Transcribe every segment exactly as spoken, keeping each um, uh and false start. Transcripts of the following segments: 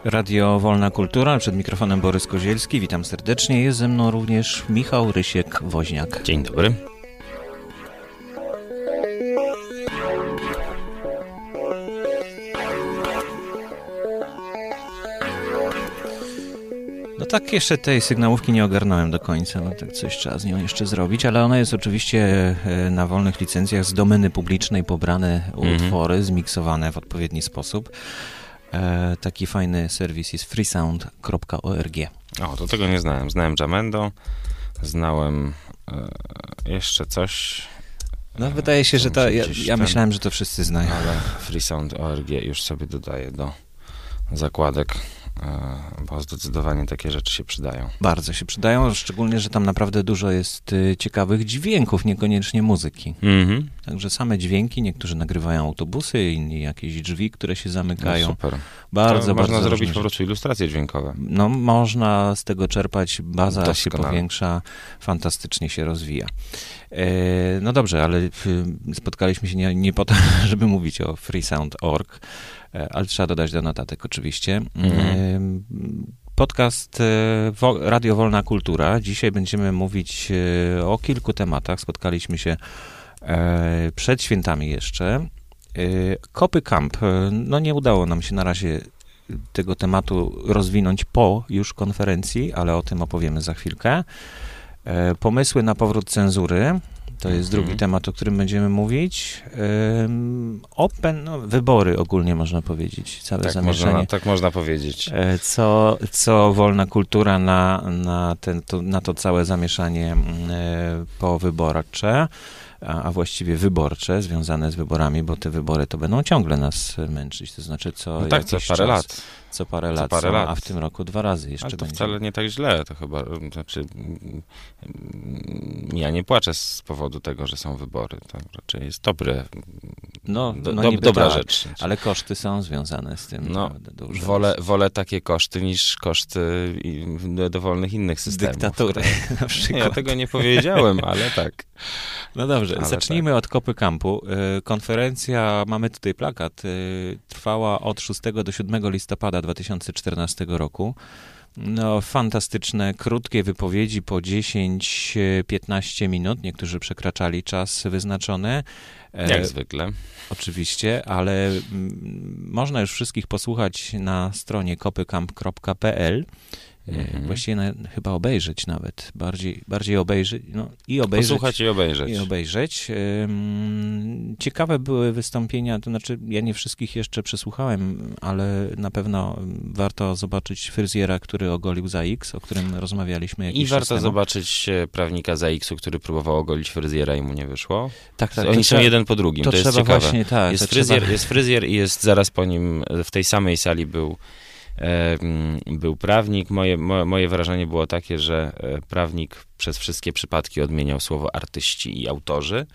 Radio Wolna Kultura, przed mikrofonem Borys Kozielski, witam serdecznie. Jest ze mną również Michał Rysiek-Woźniak. Dzień dobry. No tak, jeszcze tej sygnałówki nie ogarnąłem do końca, no tak coś trzeba z nią jeszcze zrobić, ale ona jest oczywiście na wolnych licencjach z domeny publicznej pobrane mm-hmm. utwory, zmiksowane w odpowiedni sposób. E, taki fajny serwis jest freesound kropka org. O, to tego nie znałem. Znałem Jamendo, znałem e, jeszcze coś. No wydaje się, że to, ja, ja myślałem, że to wszyscy znają. Ale freesound kropka org już sobie dodaję do zakładek, bo zdecydowanie takie rzeczy się przydają. Bardzo się przydają, szczególnie, że tam naprawdę dużo jest ciekawych dźwięków, niekoniecznie muzyki. Mm-hmm. Także same dźwięki, niektórzy nagrywają autobusy, inni jakieś drzwi, które się zamykają. No super. Bardzo, to bardzo można zrobić różne po prostu ilustracje dźwiękowe. No można z tego czerpać, baza Doskonale. się powiększa, fantastycznie się rozwija. E, no dobrze, ale spotkaliśmy się nie, nie po to, żeby mówić o freesound kropka org, ale trzeba dodać do notatek oczywiście. Mm. Podcast Radio Wolna Kultura. Dzisiaj będziemy mówić o kilku tematach. Spotkaliśmy się przed świętami jeszcze. Kopy Camp. No nie udało nam się na razie tego tematu rozwinąć po już konferencji, ale o tym opowiemy za chwilkę. Pomysły na powrót cenzury. To jest drugi mm. temat, o którym będziemy mówić. Um, open, no, wybory ogólnie można powiedzieć. Całe tak, zamieszanie. Można, tak można powiedzieć. Co, co wolna kultura na, na, ten, to, na to całe zamieszanie e, powyborcze, a, a właściwie wyborcze, związane z wyborami, bo te wybory to będą ciągle nas męczyć. To znaczy co no tak, co parę czas, lat. Co parę, co lat, parę co, lat, a w tym roku dwa razy jeszcze ale to będzie. wcale nie tak źle, to chyba, znaczy ja nie płaczę z powodu tego, że są wybory, to raczej jest dobre, no, do, no do, dobra tak, rzecz. Ale koszty są związane z tym. No, wolę, wolę takie koszty niż koszty dowolnych innych systemów. Dyktatury tak. na przykład. Ja tego nie powiedziałem, ale tak. No dobrze, ale zacznijmy tak. od Kopy Campu. Konferencja, mamy tutaj plakat, trwała od szóstego do siódmego listopada dwa tysiące czternastego roku. No, fantastyczne, krótkie wypowiedzi po dziesięć piętnaście minut. Niektórzy przekraczali czas wyznaczony. Jak e, zwykle. Oczywiście, ale m, można już wszystkich posłuchać na stronie kopycamp kropka p l. Mhm. Właściwie na, chyba obejrzeć nawet, bardziej, bardziej obejrzeć, no i obejrzeć. Posłuchać i obejrzeć. I obejrzeć. Ciekawe były wystąpienia, to znaczy ja nie wszystkich jeszcze przesłuchałem, ale na pewno warto zobaczyć fryzjera, który ogolił za X, o którym rozmawialiśmy jakiś I warto temu. zobaczyć prawnika za X-u, który próbował ogolić fryzjera i mu nie wyszło. Tak, tak. Oni są trzeba, jeden po drugim, to, to jest trzeba ciekawe. Właśnie, tak, jest, to fryzjer, trzeba... jest fryzjer i jest zaraz po nim, w tej samej sali był był prawnik. Moje, moje wrażenie było takie, że prawnik przez wszystkie przypadki odmieniał słowo artyści i autorzy.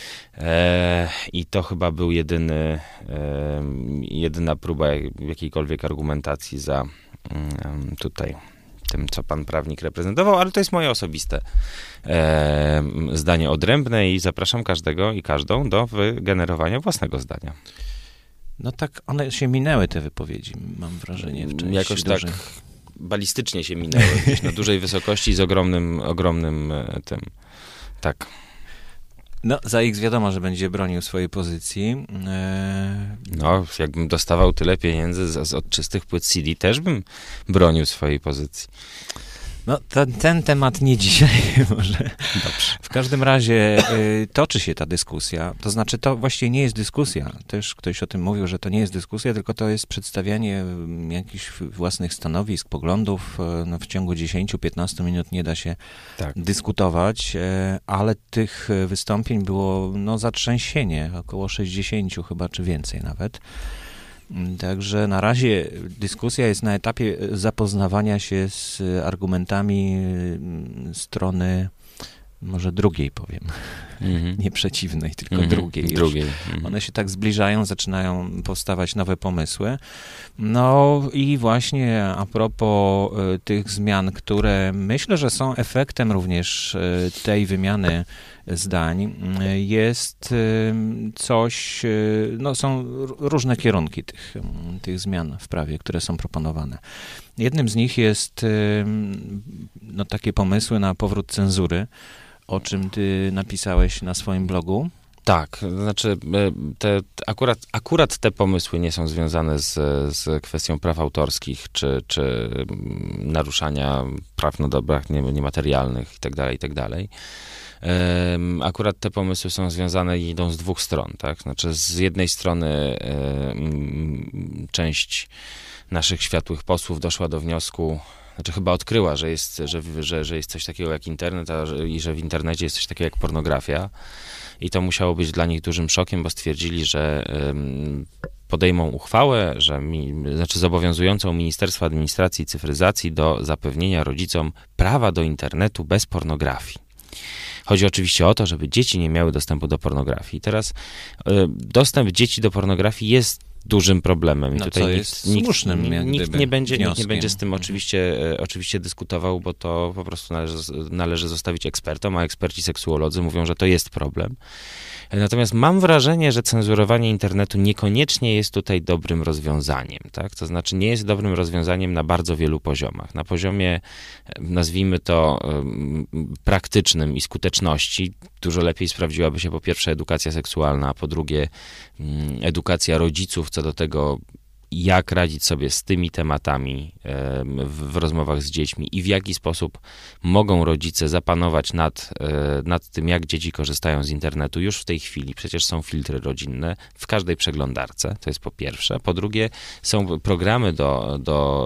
I to chyba był jedyny, jedyna próba jakiejkolwiek argumentacji za tutaj tym, co pan prawnik reprezentował, ale to jest moje osobiste zdanie odrębne i zapraszam każdego i każdą do wygenerowania własnego zdania. No tak, one się minęły, te wypowiedzi, mam wrażenie. W części Jakoś dużej. tak balistycznie się minęły, gdzieś na dużej wysokości z ogromnym, ogromnym tym, tak. No, za X wiadomo, że będzie bronił swojej pozycji. E... No, jakbym dostawał tyle pieniędzy z, z od czystych płyt C D, też bym bronił swojej pozycji. No, ten, ten temat nie dzisiaj może. Dobrze. W każdym razie y, toczy się ta dyskusja, to znaczy to właściwie nie jest dyskusja. Też ktoś o tym mówił, że to nie jest dyskusja, tylko to jest przedstawianie jakichś własnych stanowisk, poglądów. No, w ciągu dziesięć do piętnastu minut nie da się tak. dyskutować, y, ale tych wystąpień było no, zatrzęsienie, około sześćdziesiąt chyba, czy więcej nawet. Także na razie dyskusja jest na etapie zapoznawania się z argumentami strony może drugiej powiem, Mhm. nie przeciwnej, tylko Mhm. drugiej. Już. Drugiej. Mhm. One się tak zbliżają, zaczynają powstawać nowe pomysły. No i właśnie a propos y, tych zmian, które myślę, że są efektem również y, tej wymiany zdań, y, jest y, coś, y, no są r- różne kierunki tych, y, tych zmian w prawie, które są proponowane. Jednym z nich jest y, no, takie pomysły na powrót cenzury, o czym ty napisałeś na swoim blogu. Tak, to znaczy te, akurat, akurat te pomysły nie są związane z, z kwestią praw autorskich, czy, czy naruszania praw na dobrach niematerialnych itd., itd. Akurat te pomysły są związane i idą z dwóch stron, tak? Znaczy z jednej strony część naszych światłych posłów doszła do wniosku, znaczy chyba odkryła, że jest, że, że, że jest coś takiego jak internet, a że, i że w internecie jest coś takiego jak pornografia. I to musiało być dla nich dużym szokiem, bo stwierdzili, że ym, podejmą uchwałę, że mi, znaczy zobowiązującą Ministerstwo Administracji i Cyfryzacji do zapewnienia rodzicom prawa do internetu bez pornografii. Chodzi oczywiście o to, żeby dzieci nie miały dostępu do pornografii. Teraz y, dostęp dzieci do pornografii jest dużym problemem. I no, tutaj co nikt, jest nikt, słusznym jak nikt, gdyby nie będzie, nikt nie wnioskiem. będzie z tym oczywiście, e, oczywiście dyskutował, bo to po prostu należy, należy zostawić ekspertom, a eksperci seksuolodzy mówią, że to jest problem. Natomiast mam wrażenie, że cenzurowanie internetu niekoniecznie jest tutaj dobrym rozwiązaniem, tak? To znaczy nie jest dobrym rozwiązaniem na bardzo wielu poziomach. Na poziomie, nazwijmy to, praktycznym i skuteczności dużo lepiej sprawdziłaby się po pierwsze edukacja seksualna, a po drugie edukacja rodziców co do tego, jak radzić sobie z tymi tematami w, w rozmowach z dziećmi i w jaki sposób mogą rodzice zapanować nad, nad tym, jak dzieci korzystają z internetu już w tej chwili. Przecież są filtry rodzinne w każdej przeglądarce, to jest po pierwsze. Po drugie, są programy do, do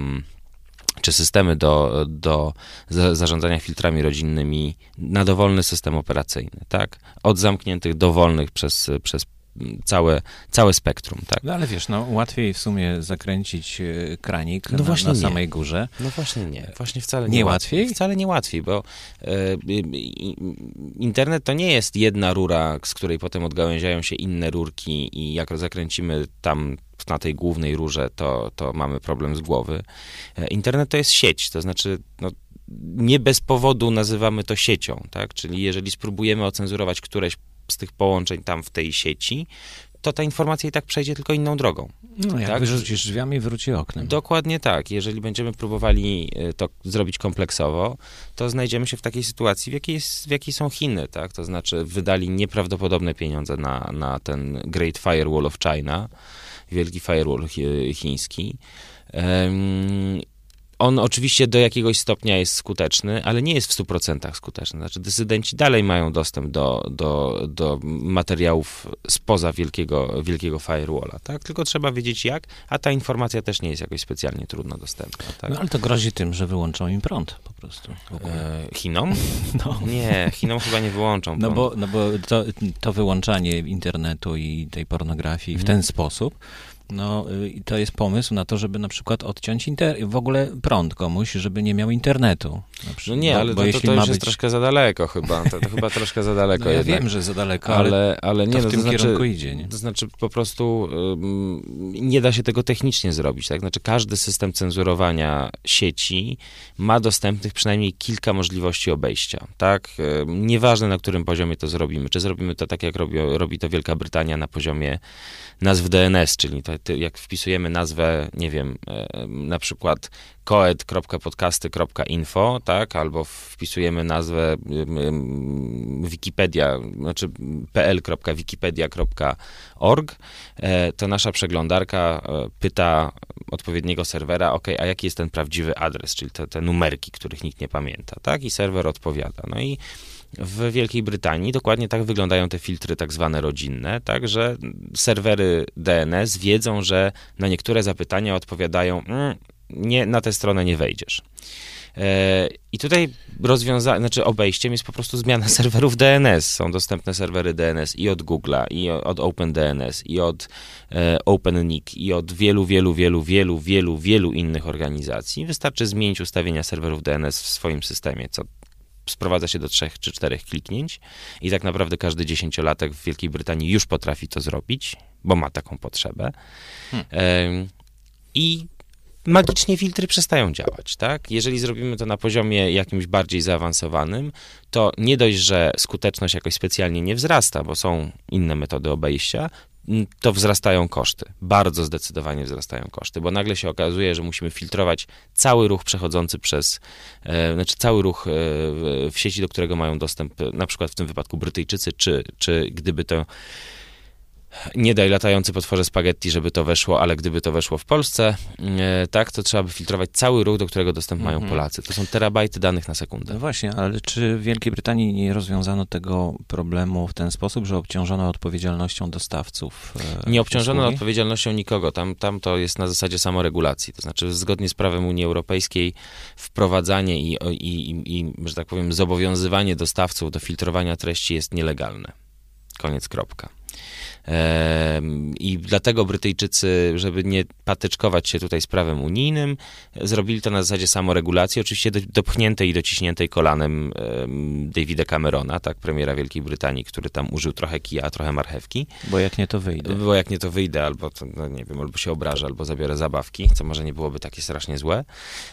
czy systemy do, do zarządzania filtrami rodzinnymi na dowolny system operacyjny, tak? Od zamkniętych do wolnych przez, przez Całe, całe spektrum, tak. No ale wiesz, no łatwiej w sumie zakręcić kranik no na, właśnie na nie. samej górze. No właśnie nie, właśnie wcale nie, nie łatwiej. łatwiej. Wcale nie łatwiej, bo e, internet to nie jest jedna rura, z której potem odgałęziają się inne rurki i jak zakręcimy tam na tej głównej rurze, to, to mamy problem z głowy. E, internet to jest sieć, to znaczy no, nie bez powodu nazywamy to siecią, tak, czyli jeżeli spróbujemy ocenzurować któreś z tych połączeń tam w tej sieci, to ta informacja i tak przejdzie tylko inną drogą. No jak tak? wyrzucisz drzwiami, wróci oknem. Dokładnie tak. Jeżeli będziemy próbowali to zrobić kompleksowo, to znajdziemy się w takiej sytuacji, w jakiej, jest, w jakiej są Chiny, tak? To znaczy wydali nieprawdopodobne pieniądze na, na ten Great Firewall of China, wielki firewall chiński. Um, On oczywiście do jakiegoś stopnia jest skuteczny, ale nie jest w stu procentach skuteczny. Znaczy dysydenci dalej mają dostęp do, do, do materiałów spoza wielkiego, wielkiego firewalla, tak? Tylko trzeba wiedzieć jak, a ta informacja też nie jest jakoś specjalnie trudno dostępna. Tak? No ale to grozi tym, że wyłączą im prąd po prostu. E, Chinom? No. Nie, Chinom chyba nie wyłączą No prądu. bo, no bo to, to wyłączanie internetu i tej pornografii w ten sposób, no to jest pomysł na to, żeby na przykład odciąć inter- w ogóle prąd komuś, żeby nie miał internetu. No nie, bo, ale bo to, to, to już być... jest troszkę za daleko chyba. To, to chyba troszkę za daleko No ja jednak. wiem, że za daleko, ale, ale, ale nie, to w no, tym to znaczy, kierunku idzie. Nie? To znaczy po prostu um, nie da się tego technicznie zrobić. Tak? Znaczy każdy system cenzurowania sieci ma dostępnych przynajmniej kilka możliwości obejścia. Tak? Um, nieważne na którym poziomie to zrobimy. Czy zrobimy to tak, jak robi, robi to Wielka Brytania na poziomie nazw D N S, czyli to, to jak wpisujemy nazwę, nie wiem, e, na przykład coed kropka podcasty kropka info, tak, albo wpisujemy nazwę um, Wikipedia, znaczy pl kropka wikipedia kropka org, e, to nasza przeglądarka e, pyta odpowiedniego serwera, ok, a jaki jest ten prawdziwy adres, czyli te, te numerki, których nikt nie pamięta, tak, i serwer odpowiada. No i w Wielkiej Brytanii dokładnie tak wyglądają te filtry tak zwane rodzinne, tak, że serwery D N S wiedzą, że na niektóre zapytania odpowiadają mm, nie, na tę stronę nie wejdziesz. E, I tutaj rozwiązanie, znaczy obejściem jest po prostu zmiana serwerów D N S. Są dostępne serwery D N S i od Google'a, i od OpenDNS, i od e, OpenNIC, i od wielu, wielu, wielu, wielu, wielu, wielu innych organizacji. Wystarczy zmienić ustawienia serwerów D N S w swoim systemie, co sprowadza się do trzech czy czterech kliknięć i tak naprawdę każdy dziesięciolatek w Wielkiej Brytanii już potrafi to zrobić, bo ma taką potrzebę. Hmm. E, I magicznie filtry przestają działać, tak? Jeżeli zrobimy to na poziomie jakimś bardziej zaawansowanym, to nie dość, że skuteczność jakoś specjalnie nie wzrasta, bo są inne metody obejścia, to wzrastają koszty. Bardzo zdecydowanie wzrastają koszty, bo nagle się okazuje, że musimy filtrować cały ruch przechodzący przez, e, znaczy cały ruch e, w sieci, do którego mają dostęp, na przykład w tym wypadku Brytyjczycy, czy, czy gdyby to nie daj latający potworze spaghetti, żeby to weszło, ale gdyby to weszło w Polsce, e, tak, to trzeba by filtrować cały ruch, do którego dostęp mm-hmm. mają Polacy. To są terabajty danych na sekundę. No właśnie, ale czy w Wielkiej Brytanii nie rozwiązano tego problemu w ten sposób, że obciążono odpowiedzialnością dostawców? E, nie obciążono usługi? odpowiedzialnością nikogo. Tam, tam to jest na zasadzie samoregulacji. To znaczy zgodnie z prawem Unii Europejskiej wprowadzanie i, i, i, i że tak powiem, zobowiązywanie dostawców do filtrowania treści jest nielegalne. Koniec, kropka. I dlatego Brytyjczycy, żeby nie patyczkować się tutaj z prawem unijnym, zrobili to na zasadzie samoregulacji, oczywiście dopchniętej i dociśniętej kolanem Davida Camerona, tak, premiera Wielkiej Brytanii, który tam użył trochę kija, a trochę marchewki. Bo jak nie to wyjdę. Bo jak nie to wyjdę, albo to, no nie wiem, albo się obrażę, albo zabiorę zabawki, co może nie byłoby takie strasznie złe.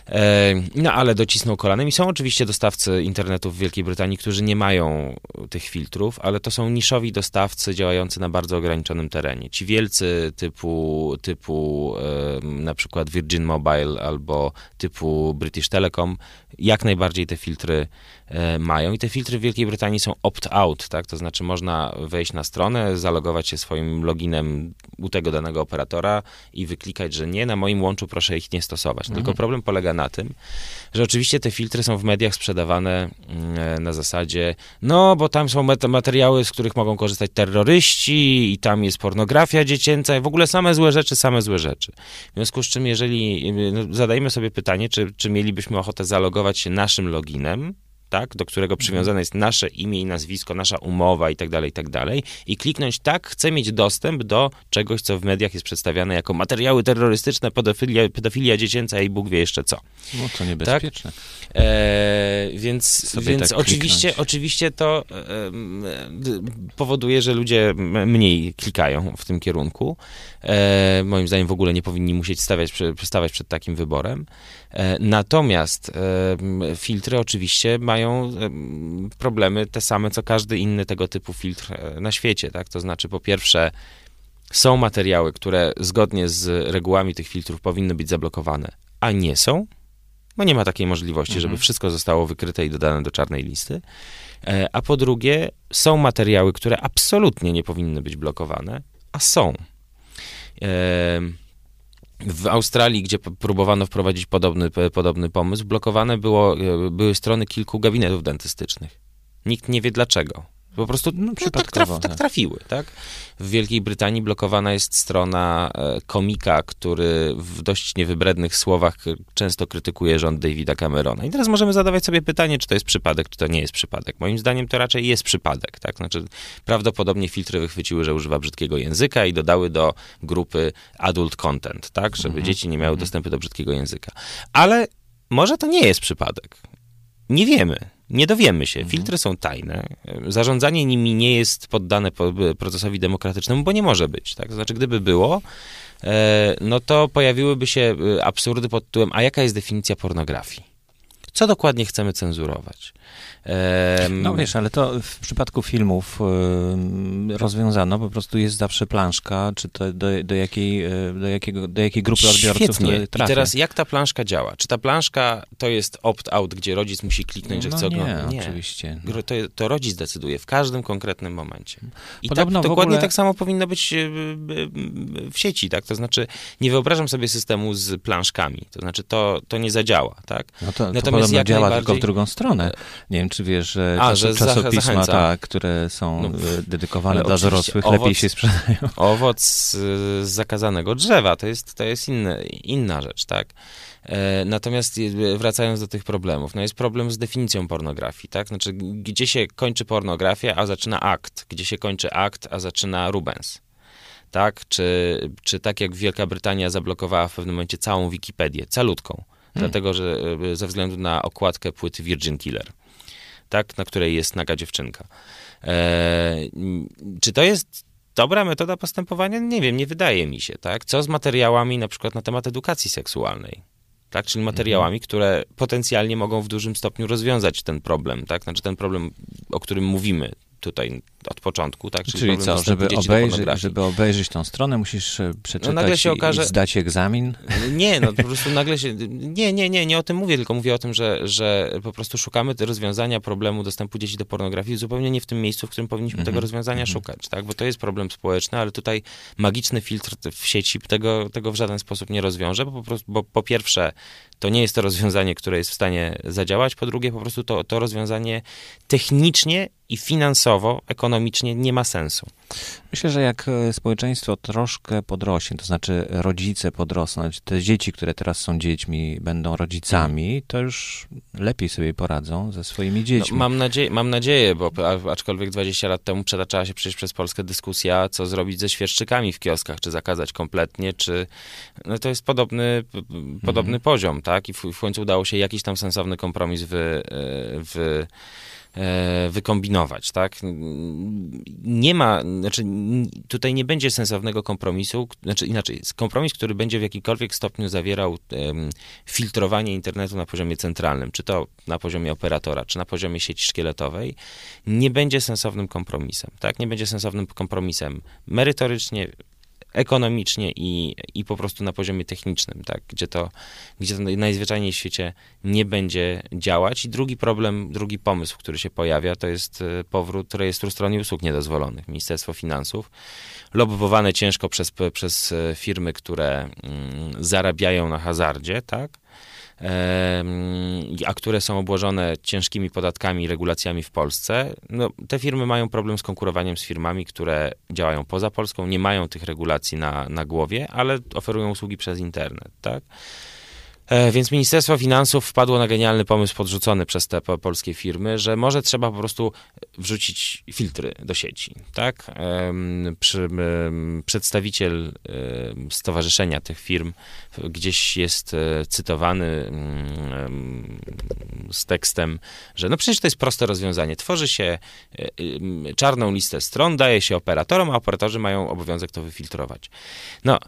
No ale docisnął kolanem i są oczywiście dostawcy internetu w Wielkiej Brytanii, którzy nie mają tych filtrów, ale to są niszowi dostawcy działający na bardzo ograniczonym terenie. Ci wielcy typu, typu e, na przykład Virgin Mobile albo typu British Telecom jak najbardziej te filtry e, mają i te filtry w Wielkiej Brytanii są opt-out, tak? To znaczy można wejść na stronę, zalogować się swoim loginem u tego danego operatora i wyklikać, że nie, na moim łączu proszę ich nie stosować. Mhm. Tylko problem polega na tym, że oczywiście te filtry są w mediach sprzedawane e, na zasadzie, no bo tam są materiały, z których mogą korzystać terroryści i tam jest pornografia dziecięca i w ogóle same złe rzeczy, same złe rzeczy. W związku z czym, jeżeli no, zadajmy sobie pytanie, czy, czy mielibyśmy ochotę zalogować się naszym loginem, tak, do którego przywiązane jest nasze imię i nazwisko, nasza umowa i tak dalej, i tak dalej, i kliknąć tak, chcę mieć dostęp do czegoś, co w mediach jest przedstawiane jako materiały terrorystyczne, pedofilia, pedofilia dziecięca i Bóg wie jeszcze co. No to niebezpieczne. Tak? E, więc więc tak oczywiście, oczywiście to e, powoduje, że ludzie mniej klikają w tym kierunku. E, moim zdaniem w ogóle nie powinni musieć stawiać, stawać przed takim wyborem. E, natomiast e, filtry oczywiście mają problemy te same, co każdy inny tego typu filtr na świecie, tak? To znaczy, po pierwsze, są materiały, które zgodnie z regułami tych filtrów powinny być zablokowane, a nie są, bo nie ma takiej możliwości, mhm. żeby wszystko zostało wykryte i dodane do czarnej listy. A po drugie, są materiały, które absolutnie nie powinny być blokowane, a są. W Australii, gdzie próbowano wprowadzić podobny, podobny pomysł, blokowane było, były strony kilku gabinetów dentystycznych. Nikt nie wie dlaczego. Po prostu no, no, tak, traf, tak trafiły, tak? W Wielkiej Brytanii blokowana jest strona e, komika, który w dość niewybrednych słowach często krytykuje rząd Davida Camerona. I teraz możemy zadawać sobie pytanie, czy to jest przypadek, czy to nie jest przypadek. Moim zdaniem to raczej jest przypadek, tak? Znaczy, prawdopodobnie filtry wychwyciły, że używa brzydkiego języka i dodały do grupy adult content, tak? Żeby mhm. dzieci nie miały mhm. dostępu do brzydkiego języka. Ale może to nie jest przypadek. Nie wiemy. Nie dowiemy się. Filtry są tajne. Zarządzanie nimi nie jest poddane procesowi demokratycznemu, bo nie może być. Tak? To znaczy, gdyby było, no to pojawiłyby się absurdy pod tytułem, a jaka jest definicja pornografii? Co dokładnie chcemy cenzurować? Um, no wiesz, ale to w przypadku filmów y, rozwiązano, po prostu jest zawsze planszka, czy to do, do, jakiej, do, jakiego, do jakiej grupy odbiorców Świetnie. trafia. I teraz jak ta planszka działa? Czy ta planszka to jest opt-out, gdzie rodzic musi kliknąć, że no chce oglądać? Nie, nie, oczywiście. No. To, to rodzic decyduje w każdym konkretnym momencie. I tak, dokładnie ogóle... tak samo powinno być w sieci, tak? To znaczy, nie wyobrażam sobie systemu z planszkami. To znaczy, to, to nie zadziała, tak? No to, to podobno jak działa najbardziej... tylko w drugą stronę. Nie wiem, czy wiesz, że, A, czas, że czasopisma, tak, które są no, dedykowane dla dorosłych, owoc, lepiej się sprzedają. Owoc z zakazanego drzewa, to jest, to jest inny, inna rzecz, tak? E, natomiast wracając do tych problemów, no jest problem z definicją pornografii, tak? Znaczy, gdzie się kończy pornografia, a zaczyna akt? Gdzie się kończy akt, a zaczyna Rubens? Tak? Czy, czy tak jak Wielka Brytania zablokowała w pewnym momencie całą Wikipedię, calutką, hmm. dlatego, że ze względu na okładkę płyty Virgin Killer. tak, na której jest naga dziewczynka. E, czy to jest dobra metoda postępowania? Nie wiem, nie wydaje mi się, tak? Co z materiałami na przykład na temat edukacji seksualnej? Tak, czyli materiałami, mhm. które potencjalnie mogą w dużym stopniu rozwiązać ten problem, tak? Znaczy ten problem, o którym mówimy tutaj od początku, tak? Czyli, Czyli co, żeby obejrzeć, żeby obejrzeć tą stronę, musisz przeczytać no nagle się okaże, i zdać egzamin? Nie, no po prostu nagle się... Nie, nie, nie, nie o tym mówię, tylko mówię o tym, że, że po prostu szukamy rozwiązania problemu dostępu dzieci do pornografii zupełnie nie w tym miejscu, w którym powinniśmy mm-hmm. tego rozwiązania mm-hmm. szukać, tak? Bo to jest problem społeczny, ale tutaj magiczny filtr w sieci tego, tego w żaden sposób nie rozwiąże, bo po prostu, bo po pierwsze to nie jest to rozwiązanie, które jest w stanie zadziałać, po drugie po prostu to, to rozwiązanie technicznie i finansowo, ekonomicznie nie ma sensu. Myślę, że jak społeczeństwo troszkę podrośnie, to znaczy rodzice podrosną, te dzieci, które teraz są dziećmi, będą rodzicami, to już lepiej sobie poradzą ze swoimi dziećmi. No, mam, nadzie- mam nadzieję, bo aczkolwiek dwadzieścia lat temu przetaczała się przecież przez Polskę dyskusja, co zrobić ze świerszczykami w kioskach, czy zakazać kompletnie, czy... No to jest podobny, podobny mhm. poziom, tak? I w, w końcu udało się jakiś tam sensowny kompromis wy... w wykombinować, tak? Nie ma, znaczy tutaj nie będzie sensownego kompromisu, znaczy inaczej, kompromis, który będzie w jakimkolwiek stopniu zawierał um, filtrowanie internetu na poziomie centralnym, czy to na poziomie operatora, czy na poziomie sieci szkieletowej, nie będzie sensownym kompromisem, tak? Nie będzie sensownym kompromisem merytorycznie, ekonomicznie i, i po prostu na poziomie technicznym, tak? Gdzie to, gdzie to najzwyczajniej w świecie nie będzie działać. I drugi problem, drugi pomysł, który się pojawia, to jest powrót rejestru stron i usług niedozwolonych. Ministerstwo Finansów, lobbowane ciężko przez, przez firmy, które mm, zarabiają na hazardzie, tak? a które są obłożone ciężkimi podatkami i regulacjami w Polsce, no, te firmy mają problem z konkurowaniem z firmami, które działają poza Polską, nie mają tych regulacji na, na głowie, ale oferują usługi przez internet, tak? Więc Ministerstwo Finansów wpadło na genialny pomysł podrzucony przez te polskie firmy, że może trzeba po prostu wrzucić filtry do sieci, tak? Przy, przedstawiciel stowarzyszenia tych firm gdzieś jest cytowany z tekstem, że no przecież to jest proste rozwiązanie. Tworzy się czarną listę stron, daje się operatorom, a operatorzy mają obowiązek to wyfiltrować. No,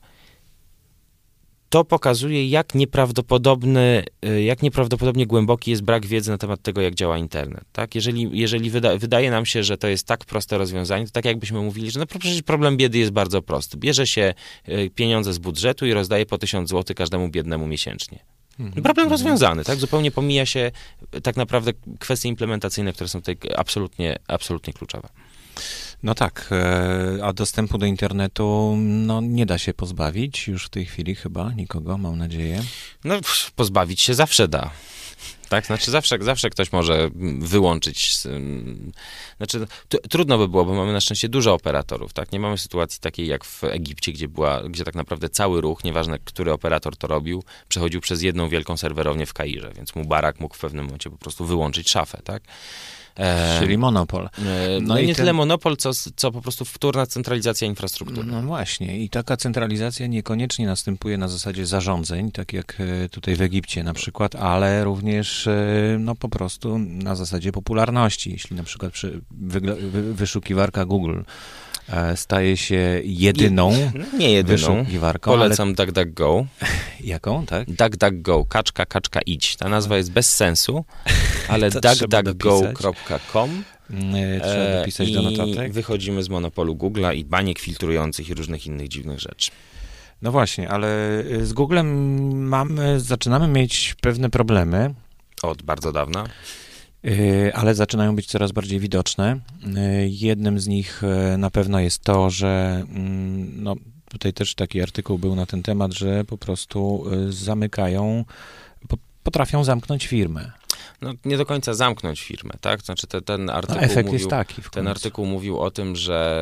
to pokazuje, jak nieprawdopodobny, jak nieprawdopodobnie głęboki jest brak wiedzy na temat tego, jak działa internet. Tak? Jeżeli, jeżeli wyda, wydaje nam się, że to jest tak proste rozwiązanie, to tak jakbyśmy mówili, że no przecież problem biedy jest bardzo prosty. Bierze się pieniądze z budżetu i rozdaje po tysiąc złotych każdemu biednemu miesięcznie. Mhm. Problem rozwiązany, tak? Zupełnie pomija się tak naprawdę kwestie implementacyjne, które są tutaj absolutnie, absolutnie kluczowe. No tak, a dostępu do internetu no, nie da się pozbawić już w tej chwili chyba nikogo, mam nadzieję. No pozbawić się zawsze da. Tak, znaczy zawsze, zawsze ktoś może wyłączyć, znaczy t- trudno by było, bo mamy na szczęście dużo operatorów, tak, nie mamy sytuacji takiej jak w Egipcie, gdzie była, gdzie tak naprawdę cały ruch, nieważne który operator to robił, przechodził przez jedną wielką serwerownię w Kairze, więc Mubarak mógł w pewnym momencie po prostu wyłączyć szafę, tak. Czyli monopol. No, no i nie ten... tyle monopol, co, co po prostu wtórna centralizacja infrastruktury. No właśnie. I taka centralizacja niekoniecznie następuje na zasadzie zarządzeń, tak jak tutaj w Egipcie na przykład, ale również no po prostu na zasadzie popularności. Jeśli na przykład przy, wy, wy, wyszukiwarka Google staje się jedyną nie, nie jedyną. wyszukiwarką. Polecam ale... DuckDuckGo. Jaką, tak? DuckDuckGo, kaczka, kaczka, idź. Ta nazwa jest bez sensu, ale duck duck go kropka com trzeba dopisać e, do notatek. I wychodzimy z monopolu Google'a i baniek filtrujących i różnych innych dziwnych rzeczy. No właśnie, ale z Googlem mamy, zaczynamy mieć pewne problemy. Od bardzo dawna. Ale zaczynają być coraz bardziej widoczne. Jednym z nich na pewno jest to, że no, tutaj też taki artykuł był na ten temat, że po prostu zamykają, potrafią zamknąć firmę. No, nie do końca zamknąć firmę, tak? Znaczy te, ten artykuł no, efekt mówił, jest taki. Ten artykuł mówił o tym, że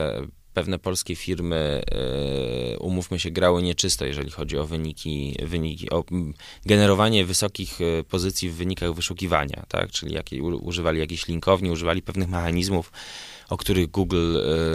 pewne polskie firmy, umówmy się, grały nieczysto, jeżeli chodzi o wyniki, wyniki o generowanie wysokich pozycji w wynikach wyszukiwania, tak? Czyli jakie, używali jakichś linkowni, używali pewnych mechanizmów, o których Google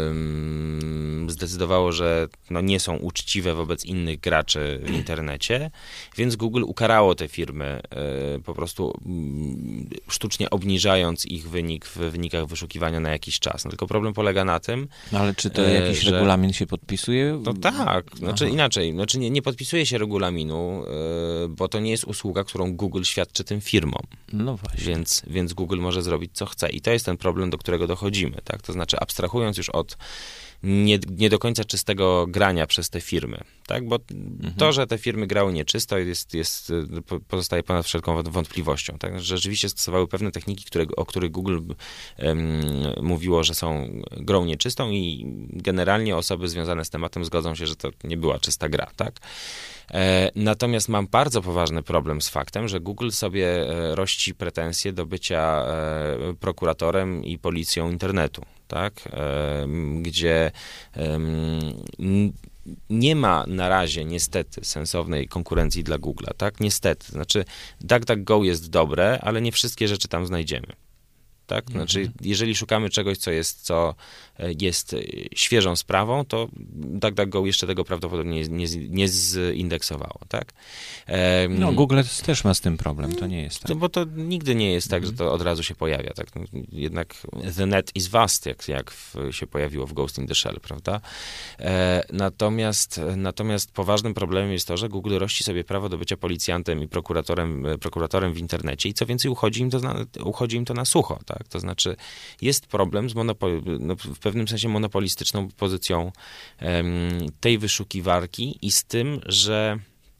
ym, zdecydowało, że no, nie są uczciwe wobec innych graczy w internecie, więc Google ukarało te firmy, y, po prostu y, sztucznie obniżając ich wynik w wynikach wyszukiwania na jakiś czas. No, tylko problem polega na tym... No ale czy to jakiś że, regulamin się podpisuje? No tak, znaczy Aha. inaczej, znaczy nie, nie podpisuje się regulaminu, y, bo to nie jest usługa, którą Google świadczy tym firmom. No właśnie. Więc, więc Google może zrobić co chce i to jest ten problem, do którego dochodzimy, tak? To znaczy abstrahując już od nie, nie do końca czystego grania przez te firmy, tak? Bo mhm. to, że te firmy grały nieczysto jest, jest, pozostaje ponad wszelką wątpliwością, tak? Że rzeczywiście stosowały pewne techniki, które, o których Google um, mówiło, że są grą nieczystą i generalnie osoby związane z tematem zgodzą się, że to nie była czysta gra, tak? E, natomiast mam bardzo poważny problem z faktem, że Google sobie e, rości pretensje do bycia e, prokuratorem i policją internetu, tak? E, gdzie e, nie ma na razie niestety sensownej konkurencji dla Google'a, tak? Niestety. Znaczy DuckDuckGo jest dobre, ale nie wszystkie rzeczy tam znajdziemy. Tak? Znaczy, mhm. jeżeli szukamy czegoś, co jest, co jest świeżą sprawą, to DuckDuckGo jeszcze tego prawdopodobnie nie, nie, nie zindeksowało, tak? Um, no, Google też ma z tym problem, to nie jest tak. To, bo to nigdy nie jest tak, mhm. że to od razu się pojawia, tak? Jednak the net is vast, jak, jak w, się pojawiło w Ghost in the Shell, prawda? E, natomiast, natomiast poważnym problemem jest to, że Google rości sobie prawo do bycia policjantem i prokuratorem, prokuratorem w internecie i co więcej, uchodzi im to na, uchodzi im to na sucho, tak? Tak? To znaczy jest problem z monopol- no, w pewnym sensie monopolistyczną pozycją um, tej wyszukiwarki i z tym, że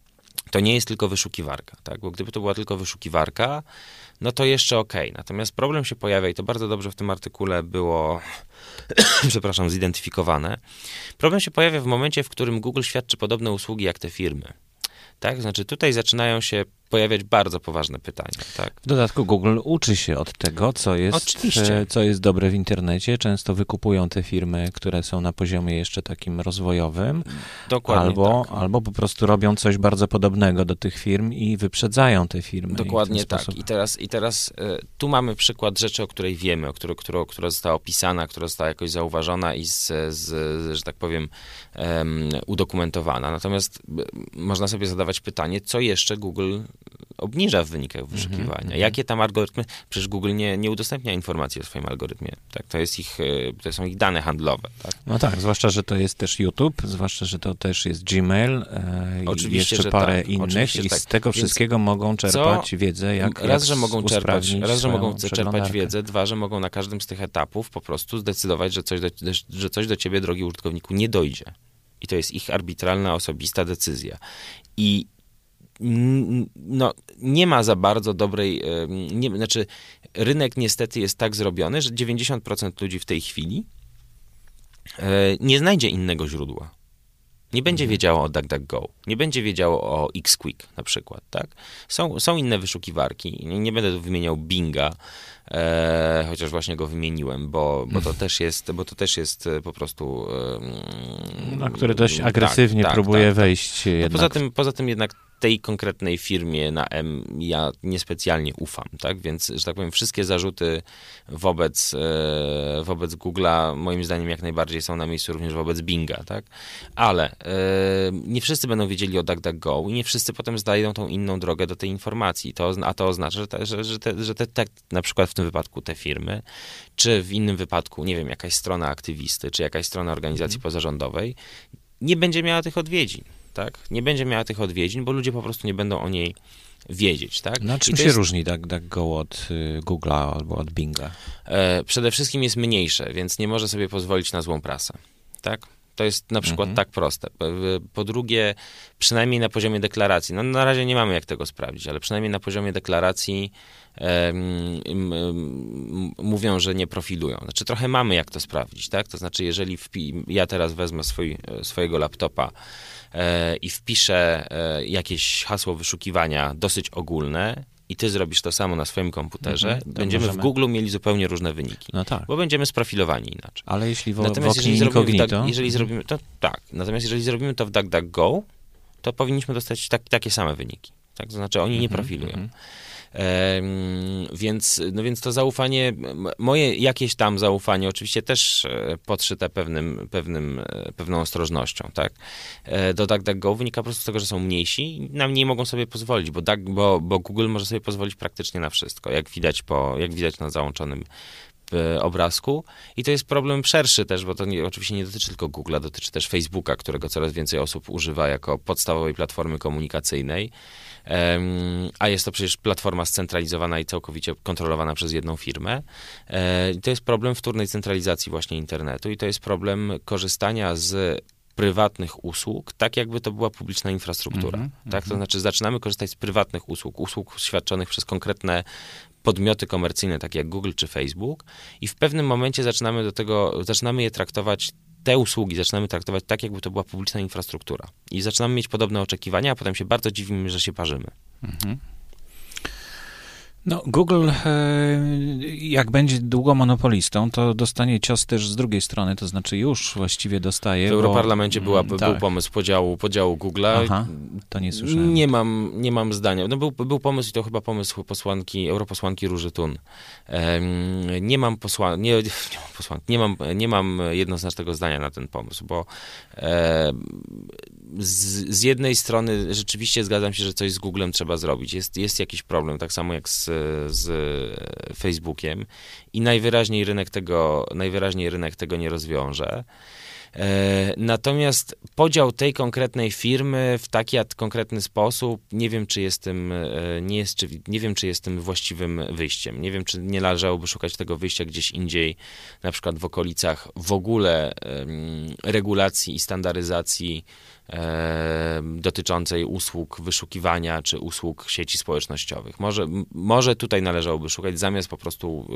to nie jest tylko wyszukiwarka, tak? Bo gdyby to była tylko wyszukiwarka, no to jeszcze okej. Okay. Natomiast problem się pojawia i to bardzo dobrze w tym artykule było przepraszam, zidentyfikowane. Problem się pojawia w momencie, w którym Google świadczy podobne usługi jak te firmy. Tak? Znaczy tutaj zaczynają się pojawiać bardzo poważne pytania. Tak? W dodatku Google uczy się od tego, co jest, co jest dobre w internecie. Często wykupują te firmy, które są na poziomie jeszcze takim rozwojowym. Dokładnie albo, tak. albo po prostu robią coś bardzo podobnego do tych firm i wyprzedzają te firmy. Dokładnie tak. I teraz, i teraz y, tu mamy przykład rzeczy, o której wiemy, o której, która, która została opisana, która została jakoś zauważona i z, z, że tak powiem um, udokumentowana. Natomiast y, można sobie zadawać pytanie, co jeszcze Google obniża w wynikach wyszukiwania. Mm-hmm. Jakie tam algorytmy? Przecież Google nie, nie udostępnia informacji o swoim algorytmie. Tak? To, jest ich, to są ich dane handlowe. Tak? No tak, zwłaszcza, że to jest też YouTube, zwłaszcza, że to też jest Gmail e, i jeszcze że parę tak. innych Oczywiście, i tak. z tego wszystkiego Więc mogą czerpać co? wiedzę, jak Raz, jak że mogą czerpać, raz, że mogą czerpać wiedzę, wiedzę, dwa, że mogą na każdym z tych etapów po prostu zdecydować, że coś do, że coś do ciebie, drogi użytkowniku, nie dojdzie. I to jest ich arbitralna, osobista decyzja. I no, nie ma za bardzo dobrej, nie, znaczy rynek niestety jest tak zrobiony, że dziewięćdziesiąt procent ludzi w tej chwili nie znajdzie innego źródła. Nie będzie wiedziało o DuckDuckGo, nie będzie wiedziało o Xquick na przykład, tak? Są, są inne wyszukiwarki, nie, nie będę tu wymieniał Binga, e, chociaż właśnie go wymieniłem, bo, bo, to też jest, bo to też jest po prostu... E, no, który dość agresywnie tak, próbuje tak, wejść tak. jednak. No poza tym, poza tym jednak tej konkretnej firmie na M ja niespecjalnie ufam, tak? Więc, że tak powiem, wszystkie zarzuty wobec, e, wobec Google'a moim zdaniem jak najbardziej są na miejscu również wobec Binga, tak? Ale e, nie wszyscy będą wiedzieli o DuckDuckGo i nie wszyscy potem znajdą tą inną drogę do tej informacji. To, a to oznacza, że, te, że, że, te, że te, te, na przykład w tym wypadku te firmy, czy w innym wypadku, nie wiem, jakaś strona aktywisty, czy jakaś strona organizacji mm. pozarządowej nie będzie miała tych odwiedzin. Tak? Nie będzie miała tych odwiedzin, bo ludzie po prostu nie będą o niej wiedzieć. Tak? Na czym się jest... różni DuckDuckGo od y, Google'a albo od Binga? E, przede wszystkim jest mniejsze, więc nie może sobie pozwolić na złą prasę. Tak? To jest na przykład mhm. tak proste. Po drugie, przynajmniej na poziomie deklaracji, no na razie nie mamy jak tego sprawdzić, ale przynajmniej na poziomie deklaracji um, um, mówią, że nie profilują. Znaczy trochę mamy jak to sprawdzić, tak? To znaczy, jeżeli wpi- ja teraz wezmę swój, swojego laptopa e, i wpiszę e, jakieś hasło wyszukiwania dosyć ogólne i ty zrobisz to samo na swoim komputerze, mhm, będziemy możemy... w Google mieli zupełnie różne wyniki. No tak. Bo będziemy sprofilowani inaczej. Ale jeśli w, Natomiast w oknie jeżeli incognito... zrobimy, tak, jeżeli zrobimy to, tak. Natomiast jeżeli zrobimy to w DuckDuckGo, to powinniśmy dostać tak, takie same wyniki. Tak? To znaczy oni nie profilują. Mm-hmm. Ehm, więc, no więc to zaufanie, moje jakieś tam zaufanie, oczywiście też podszyte pewnym, pewnym, pewną ostrożnością, tak? Do DuckDuckGo wynika po prostu z tego, że są mniejsi i nam nie mogą sobie pozwolić, bo, Duck, bo, bo Google może sobie pozwolić praktycznie na wszystko, jak widać, po, jak widać na załączonym obrazku. I to jest problem szerszy też, bo to nie, oczywiście nie dotyczy tylko Google'a, dotyczy też Facebooka, którego coraz więcej osób używa jako podstawowej platformy komunikacyjnej. Um, a jest to przecież platforma scentralizowana i całkowicie kontrolowana przez jedną firmę. E, to jest problem wtórnej centralizacji właśnie internetu i to jest problem korzystania z prywatnych usług, tak jakby to była publiczna infrastruktura. Mm-hmm, tak? To znaczy zaczynamy korzystać z prywatnych usług, usług świadczonych przez konkretne podmioty komercyjne, takie jak Google czy Facebook i w pewnym momencie zaczynamy do tego, zaczynamy je traktować, te usługi zaczynamy traktować tak, jakby to była publiczna infrastruktura. I zaczynamy mieć podobne oczekiwania, a potem się bardzo dziwimy, że się parzymy. Mhm. No, Google, jak będzie długo monopolistą, to dostanie cios też z drugiej strony, to znaczy już właściwie dostaje. W bo... Europarlamencie była, tak. był pomysł podziału, podziału Google'a. Aha, to nie słyszałem. Nie mam, nie mam zdania. No był, był pomysł i to chyba pomysł posłanki, europosłanki Róży Thun. Um, nie mam posłan, nie, nie mam posłanki, nie mam, nie mam jednoznacznego zdania na ten pomysł, bo um, z, z jednej strony rzeczywiście zgadzam się, że coś z Googlem trzeba zrobić. Jest, jest jakiś problem, tak samo jak z, z Facebookiem i najwyraźniej rynek tego, najwyraźniej rynek tego nie rozwiąże. E, natomiast podział tej konkretnej firmy w taki a konkretny sposób, nie wiem, czy jest tym, e, nie jest, czy, nie wiem, czy jest tym właściwym wyjściem. Nie wiem, czy nie należałoby szukać tego wyjścia gdzieś indziej, na przykład w okolicach w ogóle e, regulacji i standaryzacji e, dotyczącej usług wyszukiwania czy usług sieci społecznościowych. Może, może tutaj należałoby szukać, zamiast po prostu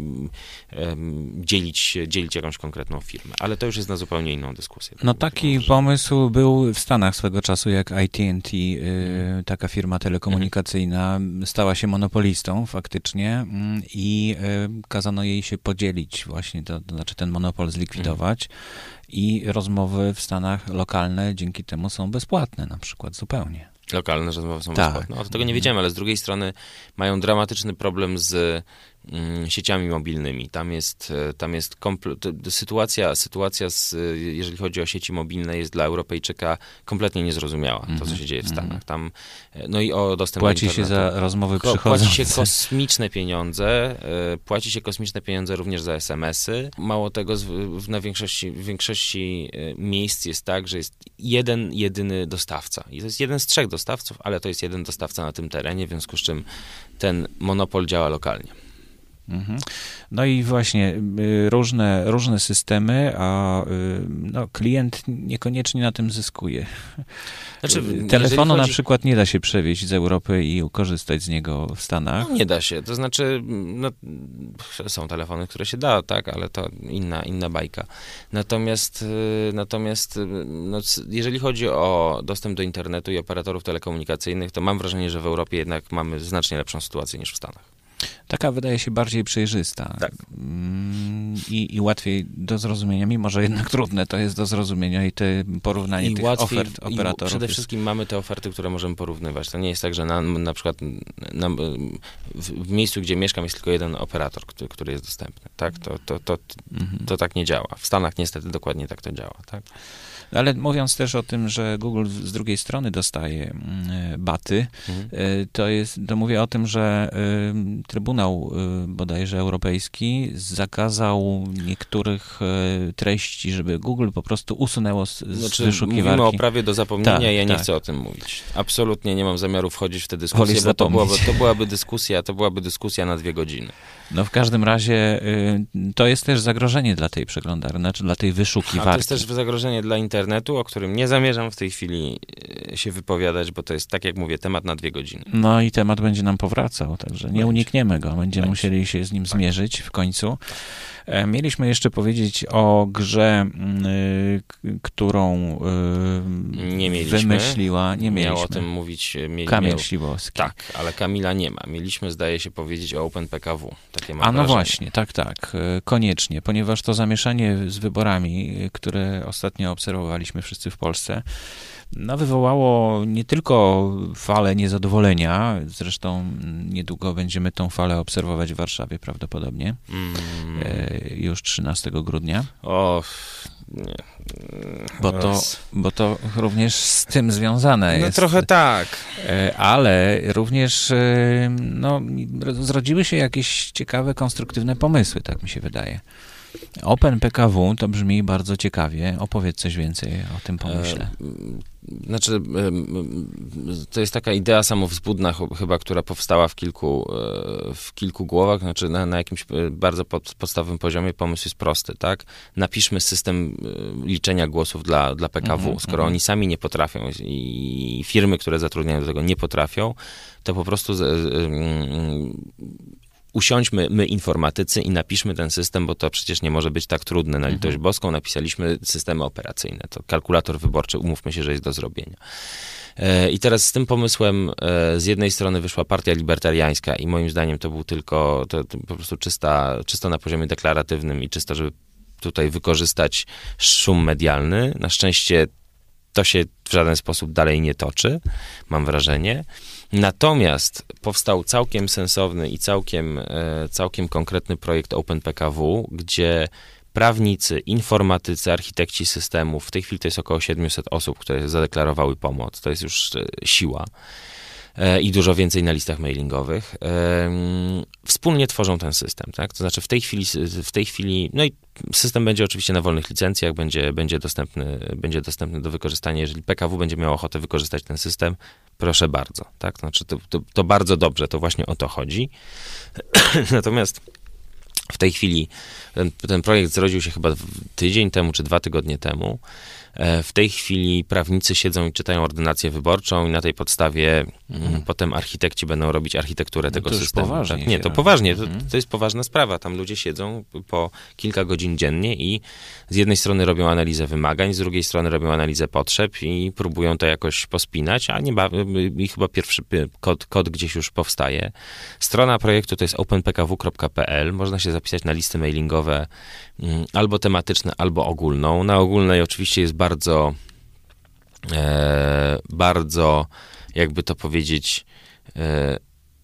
e, e, dzielić, dzielić jakąś konkretną firmę. Ale to już jest na zupełnie inną dyskusję. No taki pomysł był w Stanach swego czasu, jak I T and T, yy, taka firma telekomunikacyjna, stała się monopolistą faktycznie yy, i yy, kazano jej się podzielić właśnie, to, to znaczy ten monopol zlikwidować i rozmowy w Stanach lokalne dzięki temu są bezpłatne na przykład zupełnie. Lokalne rozmowy są tak. bezpłatne. No, to tego nie wiedziałem, ale z drugiej strony mają dramatyczny problem z mm, sieciami mobilnymi. Tam jest, tam jest komple- sytuacja, sytuacja z, jeżeli chodzi o sieci mobilne, jest dla Europejczyka kompletnie niezrozumiała, mm-hmm. to co się dzieje w Stanach. Tam, no i o dostęp płaci do internetu. Się za rozmowy Ko- przychodzące. Płaci się kosmiczne pieniądze, y, płaci się kosmiczne pieniądze również za es em esy. Mało tego, z, w, na większości, w większości y, miejsc jest tak, że jest jeden, jedyny dostawca. I to jest jeden z trzech dostawców, ale to jest jeden dostawca na tym terenie, w związku z czym ten monopol działa lokalnie. Mhm. No i właśnie y, różne, różne systemy, a y, no, klient niekoniecznie na tym zyskuje. Znaczy, Telefonu chodzi... na przykład nie da się przewieźć z Europy i korzystać z niego w Stanach. No, nie da się, to znaczy no, są telefony, które się da, tak, ale to inna, inna bajka. Natomiast, natomiast no, jeżeli chodzi o dostęp do internetu i operatorów telekomunikacyjnych, to mam wrażenie, że w Europie jednak mamy znacznie lepszą sytuację niż w Stanach. Taka wydaje się bardziej przejrzysta tak. I, i łatwiej do zrozumienia, mimo że jednak trudne to jest do zrozumienia i te porównanie I tych łatwiej, ofert operatorów. I przede jest... wszystkim mamy te oferty, które możemy porównywać. To nie jest tak, że na, na przykład na, w, w miejscu, gdzie mieszkam, jest tylko jeden operator, który, który jest dostępny. Tak? To, to, to, to, mhm. to tak nie działa. W Stanach niestety dokładnie tak to działa. Tak? Ale mówiąc też o tym, że Google z drugiej strony dostaje baty, mhm. to jest, to mówię o tym, że Trybunał bodajże Europejski zakazał niektórych treści, żeby Google po prostu usunęło z, znaczy, z wyszukiwarki. Mówimy o prawie do zapomnienia, tak, ja nie tak. chcę o tym mówić. Absolutnie nie mam zamiaru wchodzić w tę dyskusję, bo to byłaby, to byłaby dyskusja, to byłaby dyskusja na dwie godziny. No w każdym razie y, to jest też zagrożenie dla tej przeglądarki, znaczy dla tej wyszukiwarki. A to jest też zagrożenie dla internetu, o którym nie zamierzam w tej chwili się wypowiadać, bo to jest, tak jak mówię, temat na dwie godziny. No i temat będzie nam powracał, także nie unikniemy go. Będziemy będzie. musieli się z nim zmierzyć w końcu. Mieliśmy jeszcze powiedzieć o grze, y, którą y, nie mieliśmy. wymyśliła. Nie mieliśmy. Miał o tym mówić mieli, Kamil miał, Śliwowski. Tak, ale Kamila nie ma. Mieliśmy, zdaje się, powiedzieć o OpenPKW. Takie mam A no wrażenie. właśnie, tak, tak. Koniecznie, ponieważ to zamieszanie z wyborami, które ostatnio obserwowaliśmy wszyscy w Polsce, no, wywołało nie tylko falę niezadowolenia, zresztą niedługo będziemy tą falę obserwować w Warszawie prawdopodobnie, mm. już trzynastego grudnia. O, nie. Bo to, bo to również z tym związane no, jest. No trochę tak. Ale również no, zrodziły się jakieś ciekawe, konstruktywne pomysły, tak mi się wydaje. OpenPKW to brzmi bardzo ciekawie. Opowiedz coś więcej o tym pomyśle. Znaczy, to jest taka idea samowzbudna chyba, która powstała w kilku, w kilku głowach, znaczy na, na jakimś bardzo pod, podstawowym poziomie pomysł jest prosty, tak? Napiszmy system liczenia głosów dla, dla P K W. Mm-hmm, Skoro mm-hmm. oni sami nie potrafią i firmy, które zatrudniają do tego nie potrafią, to po prostu z, z, usiądźmy my informatycy i napiszmy ten system, bo to przecież nie może być tak trudne. Na litość mhm. boską napisaliśmy systemy operacyjne. To kalkulator wyborczy, umówmy się, że jest do zrobienia. I teraz z tym pomysłem z jednej strony wyszła Partia Libertariańska i moim zdaniem to był tylko to, to po prostu czysta, czysto na poziomie deklaratywnym i czysto, żeby tutaj wykorzystać szum medialny. Na szczęście to się w żaden sposób dalej nie toczy, mam wrażenie. Natomiast powstał całkiem sensowny i całkiem, całkiem konkretny projekt OpenPKW, gdzie prawnicy, informatycy, architekci systemów, w tej chwili to jest około siedemset osób, które zadeklarowały pomoc, to jest już siła i dużo więcej na listach mailingowych, wspólnie tworzą ten system, tak? To znaczy w tej chwili, w tej chwili, no i system będzie oczywiście na wolnych licencjach, będzie, będzie, dostępny, będzie dostępny do wykorzystania. Jeżeli P K W będzie miał ochotę wykorzystać ten system, proszę bardzo, tak? Znaczy to, to, to bardzo dobrze, to właśnie o to chodzi. Natomiast w tej chwili ten, ten projekt zrodził się chyba tydzień temu, czy dwa tygodnie temu. W tej chwili prawnicy siedzą i czytają ordynację wyborczą i na tej podstawie mm. potem architekci będą robić architekturę no tego to systemu. Poważnie Tak? Nie, to poważnie, to, to jest poważna sprawa. Tam ludzie siedzą po kilka godzin dziennie i z jednej strony robią analizę wymagań, z drugiej strony robią analizę potrzeb i próbują to jakoś pospinać, a nie i chyba pierwszy kod, kod gdzieś już powstaje. Strona projektu to jest open p k w kropka p l. Można się zapisać na listy mailingowe albo tematyczne, albo ogólną. Na ogólnej oczywiście jest bardzo, e, bardzo, jakby to powiedzieć, e,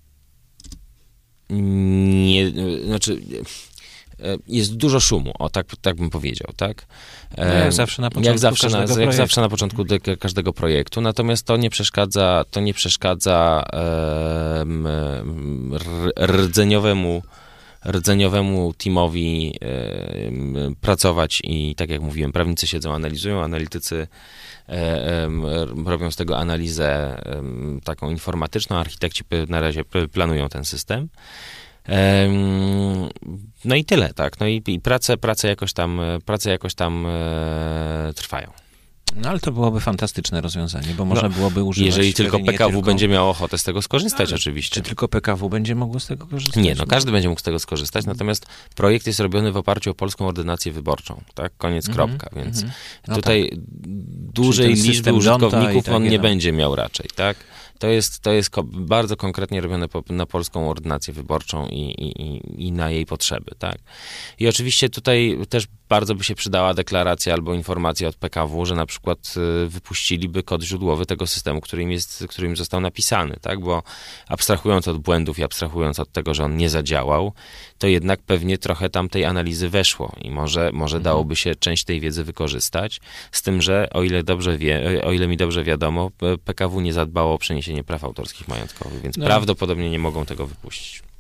nie, znaczy, e, jest dużo szumu, o tak, tak bym powiedział, tak? E, jak zawsze na początku jak zawsze na, każdego jak zawsze na początku każdego projektu, natomiast to nie przeszkadza, to nie przeszkadza e, rdzeniowemu rdzeniowemu teamowi e, pracować i tak jak mówiłem, prawnicy siedzą, analizują, analitycy e, e, robią z tego analizę e, taką informatyczną, architekci na razie planują ten system. E, no i tyle, tak. No i, i prace, prace jakoś tam, prace jakoś tam e, trwają. No ale to byłoby fantastyczne rozwiązanie, bo można no, byłoby używać... Jeżeli tylko P K W tylko... będzie miało ochotę z tego skorzystać, ale oczywiście. Czy tylko P K W będzie mogło z tego korzystać? Nie, no każdy będzie mógł z tego skorzystać, natomiast projekt jest robiony w oparciu o Polską Ordynację Wyborczą, tak? Koniec, mm-hmm, kropka, więc mm-hmm. no tutaj tak. dużej liczby użytkowników tak on nie no. będzie miał raczej, tak? To jest, to jest bardzo konkretnie robione na Polską Ordynację Wyborczą i, i, i na jej potrzeby, tak? I oczywiście tutaj też bardzo by się przydała deklaracja albo informacja od P K W, że na przykład wypuściliby kod źródłowy tego systemu, którym jest, którym został napisany, tak? Bo abstrahując od błędów i abstrahując od tego, że on nie zadziałał, to jednak pewnie trochę tam tej analizy weszło i może, może mhm. dałoby się część tej wiedzy wykorzystać, z tym, że o ile dobrze wie, o ile mi dobrze wiadomo, P K W nie zadbało o przeniesienie praw autorskich majątkowych, więc no. prawdopodobnie nie mogą tego wypuścić.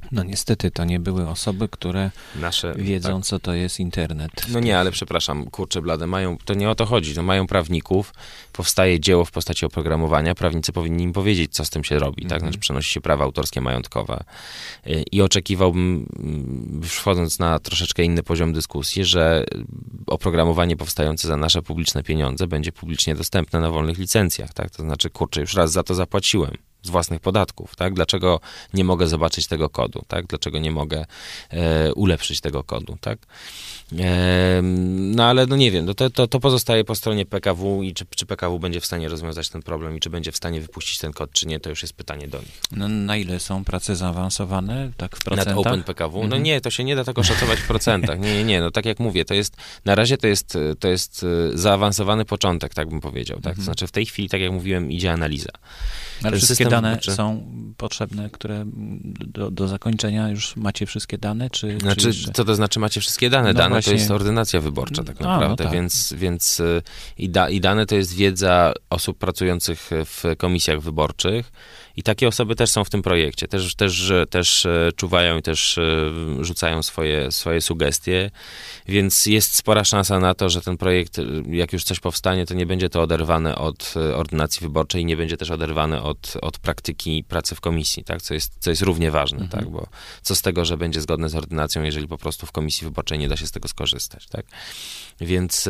No niestety, to nie były osoby, które Nasze, wiedzą, tak. co to jest internet. No nie, ale przepraszam, kurczę blade, mają, to nie o to chodzi, no mają prawników, powstaje dzieło w postaci oprogramowania, prawnicy powinni im powiedzieć, co z tym się robi, mm-hmm. tak, znaczy przenosi się prawa autorskie, majątkowe i oczekiwałbym, już wchodząc na troszeczkę inny poziom dyskusji, że oprogramowanie powstające za nasze publiczne pieniądze będzie publicznie dostępne na wolnych licencjach, tak, to znaczy, kurczę, już raz za to zapłaciłem z własnych podatków, tak? Dlaczego nie mogę zobaczyć tego kodu, tak? Dlaczego nie mogę e, ulepszyć tego kodu, tak? E, no ale no nie wiem, no to, to, to pozostaje po stronie P K W i czy, czy P K W będzie w stanie rozwiązać ten problem i czy będzie w stanie wypuścić ten kod, czy nie, to już jest pytanie do nich. No, na ile są prace zaawansowane, tak w procentach? Nad Open P K W? No mhm. nie, to się nie da tego szacować w procentach. Nie, nie, nie, no tak jak mówię, to jest, na razie to jest, to jest zaawansowany początek, tak bym powiedział, tak? Mhm. To znaczy w tej chwili, tak jak mówiłem, idzie analiza. Ale Ten wszystkie dane wyborczy... są potrzebne, które do, do zakończenia już macie wszystkie dane, czy... Znaczy, czy jeszcze... co to znaczy macie wszystkie dane? No dane właśnie... to jest ordynacja wyborcza tak naprawdę, A, no tak. więc, więc i, da, i dane to jest wiedza osób pracujących w komisjach wyborczych i takie osoby też są w tym projekcie, też, też, też czuwają i też rzucają swoje, swoje sugestie, więc jest spora szansa na to, że ten projekt, jak już coś powstanie, to nie będzie to oderwane od ordynacji wyborczej i nie będzie też oderwane od, od praktyki pracy w komisji, tak? Co jest, co jest równie ważne, mhm. tak? Bo co z tego, że będzie zgodne z ordynacją, jeżeli po prostu w komisji wyborczej nie da się z tego skorzystać, tak? Więc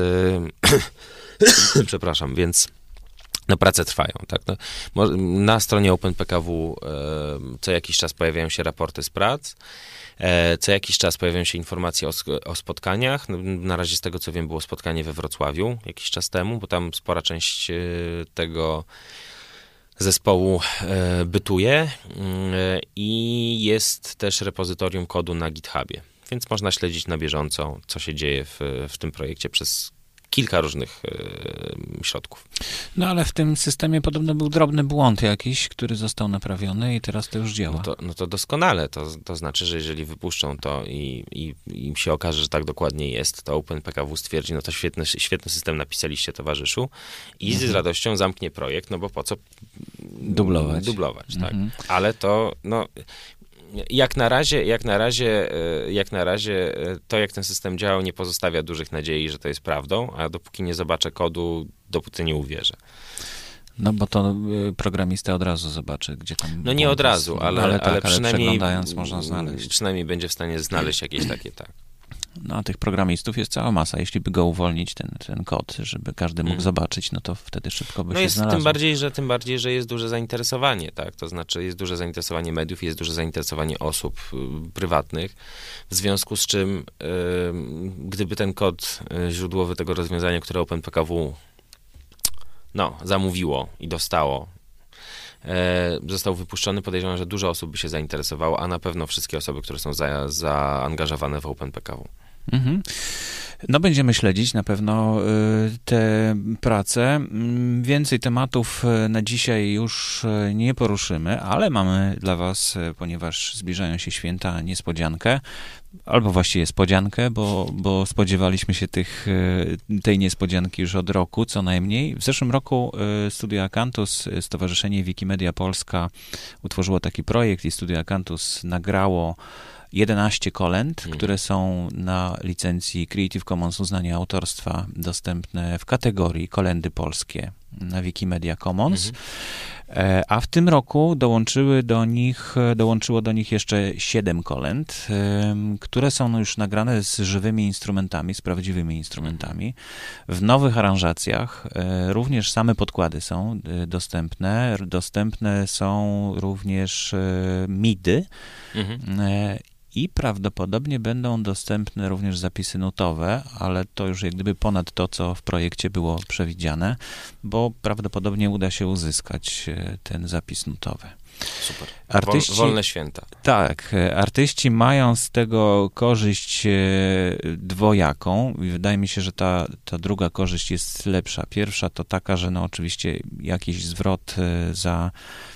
yy, przepraszam, więc no prace trwają, tak? No, na stronie Open P K W yy, co jakiś czas pojawiają się raporty z prac, yy, co jakiś czas pojawiają się informacje o, o spotkaniach. No, na razie z tego, co wiem, było spotkanie we Wrocławiu jakiś czas temu, bo tam spora część yy, tego zespołu e, bytuje e, i jest też repozytorium kodu na GitHubie, więc można śledzić na bieżąco, co się dzieje w, w tym projekcie przez kilka różnych e, środków. No ale w tym systemie podobno był drobny błąd jakiś, który został naprawiony i teraz to już działa. No to, no to doskonale, to, to znaczy, że jeżeli wypuszczą to i, i, i im się okaże, że tak dokładnie jest, to Open P K W stwierdzi, no to świetny, świetny system napisaliście, towarzyszu, i mhm. z radością zamknie projekt, no bo po co dublować, dublować mhm. tak? Ale to, no... Jak na razie, jak na razie, jak na razie to, jak ten system działał, nie pozostawia dużych nadziei, że to jest prawdą, a dopóki nie zobaczę kodu, dopóty nie uwierzę. No bo to programista od razu zobaczy, gdzie tam... No nie od razu, jest, ale, ale, ale, tak, ale przynajmniej... przeglądając można znaleźć. Przynajmniej będzie w stanie znaleźć jakieś takie, tak. No a tych programistów jest cała masa. Jeśli by go uwolnić, ten, ten kod, żeby każdy mógł hmm. zobaczyć, no to wtedy szybko by no się jest znalazło. Tym bardziej, że, tym bardziej, że jest duże zainteresowanie, tak? To znaczy jest duże zainteresowanie mediów, jest duże zainteresowanie osób y, prywatnych, w związku z czym y, gdyby ten kod y, źródłowy tego rozwiązania, które Open P K W no, zamówiło i dostało, e, został wypuszczony, podejrzewam, że dużo osób by się zainteresowało, a na pewno wszystkie osoby, które są za, zaangażowane w Open P K W. Mhm. No będziemy śledzić na pewno te prace. Więcej tematów na dzisiaj już nie poruszymy, ale mamy dla was, ponieważ zbliżają się święta, niespodziankę. Albo właściwie spodziankę, bo, bo spodziewaliśmy się tych, tej niespodzianki już od roku, co najmniej. W zeszłym roku Studio Akantus, Stowarzyszenie Wikimedia Polska utworzyło taki projekt i Studio Akantus nagrało jedenaście kolęd, hmm. które są na licencji Creative Commons uznania autorstwa dostępne w kategorii kolendy polskie na Wikimedia Commons. Hmm. A w tym roku dołączyły do nich, dołączyło do nich jeszcze siedem kolęd, które są już nagrane z żywymi instrumentami, z prawdziwymi instrumentami, w nowych aranżacjach. Również same podkłady są dostępne. Dostępne są również midy. Mhm. I prawdopodobnie będą dostępne również zapisy nutowe, ale to już jak gdyby ponad to, co w projekcie było przewidziane, bo prawdopodobnie uda się uzyskać ten zapis nutowy. Super. Artyści, Wolne święta. Tak. Artyści mają z tego korzyść dwojaką. Wydaje mi się, że ta, ta druga korzyść jest lepsza. Pierwsza to taka, że no oczywiście jakiś zwrot za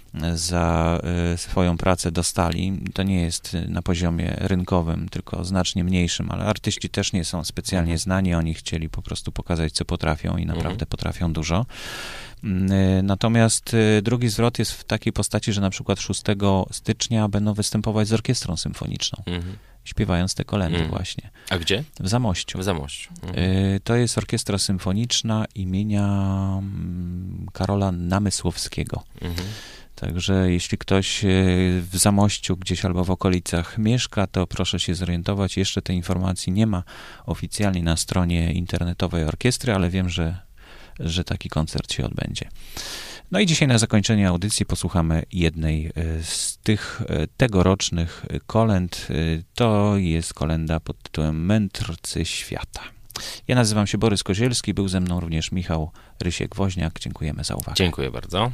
za swoją pracę dostali. To nie jest na poziomie rynkowym, tylko znacznie mniejszym, ale artyści też nie są specjalnie znani, oni chcieli po prostu pokazać, co potrafią i naprawdę mhm. potrafią dużo. Natomiast drugi zwrot jest w takiej postaci, że na przykład szóstego stycznia będą występować z orkiestrą symfoniczną, mhm. śpiewając te kolędy mhm. właśnie. A gdzie? W Zamościu. W Zamościu. Mhm. To jest orkiestra symfoniczna imienia Karola Namysłowskiego. Mhm. Także jeśli ktoś w Zamościu gdzieś albo w okolicach mieszka, to proszę się zorientować. Jeszcze tej informacji nie ma oficjalnie na stronie internetowej orkiestry, ale wiem, że, że taki koncert się odbędzie. No i dzisiaj na zakończenie audycji posłuchamy jednej z tych tegorocznych kolęd. To jest kolęda pod tytułem Mędrcy Świata. Ja nazywam się Borys Kozielski, był ze mną również Michał Rysiek-Woźniak. Dziękujemy za uwagę. Dziękuję bardzo.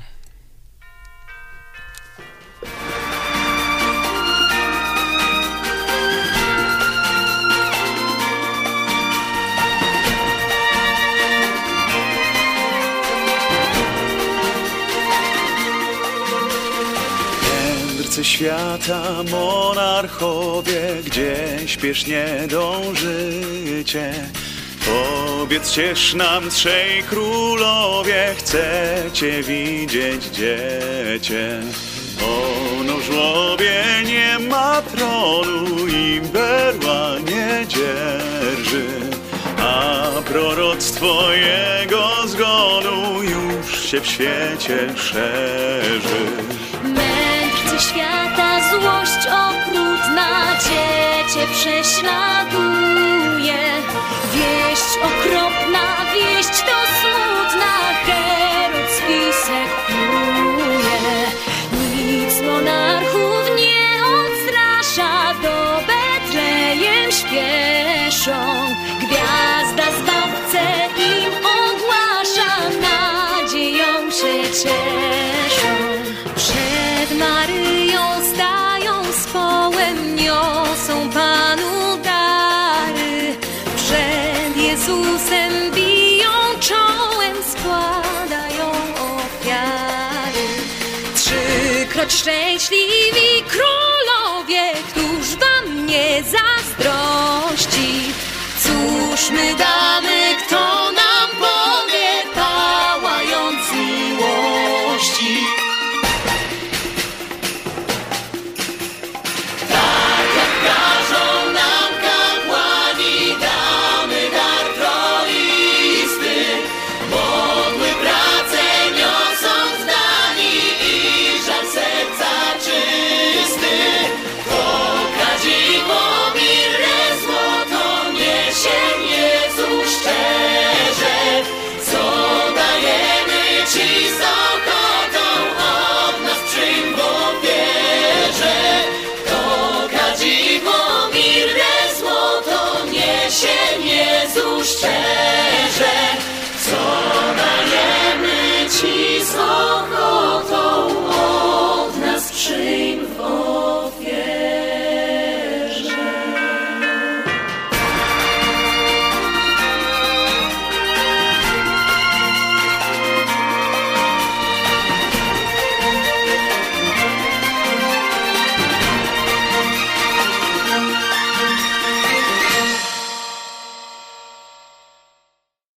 Mędrcy świata, monarchowie, gdzie śpiesznie dążycie? Powiedzcież nam, trzej królowie, chcecie widzieć dziecię. Ono żłobie nie ma tronu i berła nie dzierży, a proroctwo jego zgonu już się w świecie szerzy. Mędrcy świata, złość okrutna dziecię prześladuje. Wieść okropna, wieść to smutna, Herod spisek pluje. Nic monarchów nie odstrasza, do Betlejem śpieszą. Gwiazda zbawcę im ogłasza, nadzieją się cieszą. Przed Maryją stają z kołem, niosą Panu dary. Przed Jezusem biją czołem, składają ofiary. Trzykroć szczęśliwi królowie,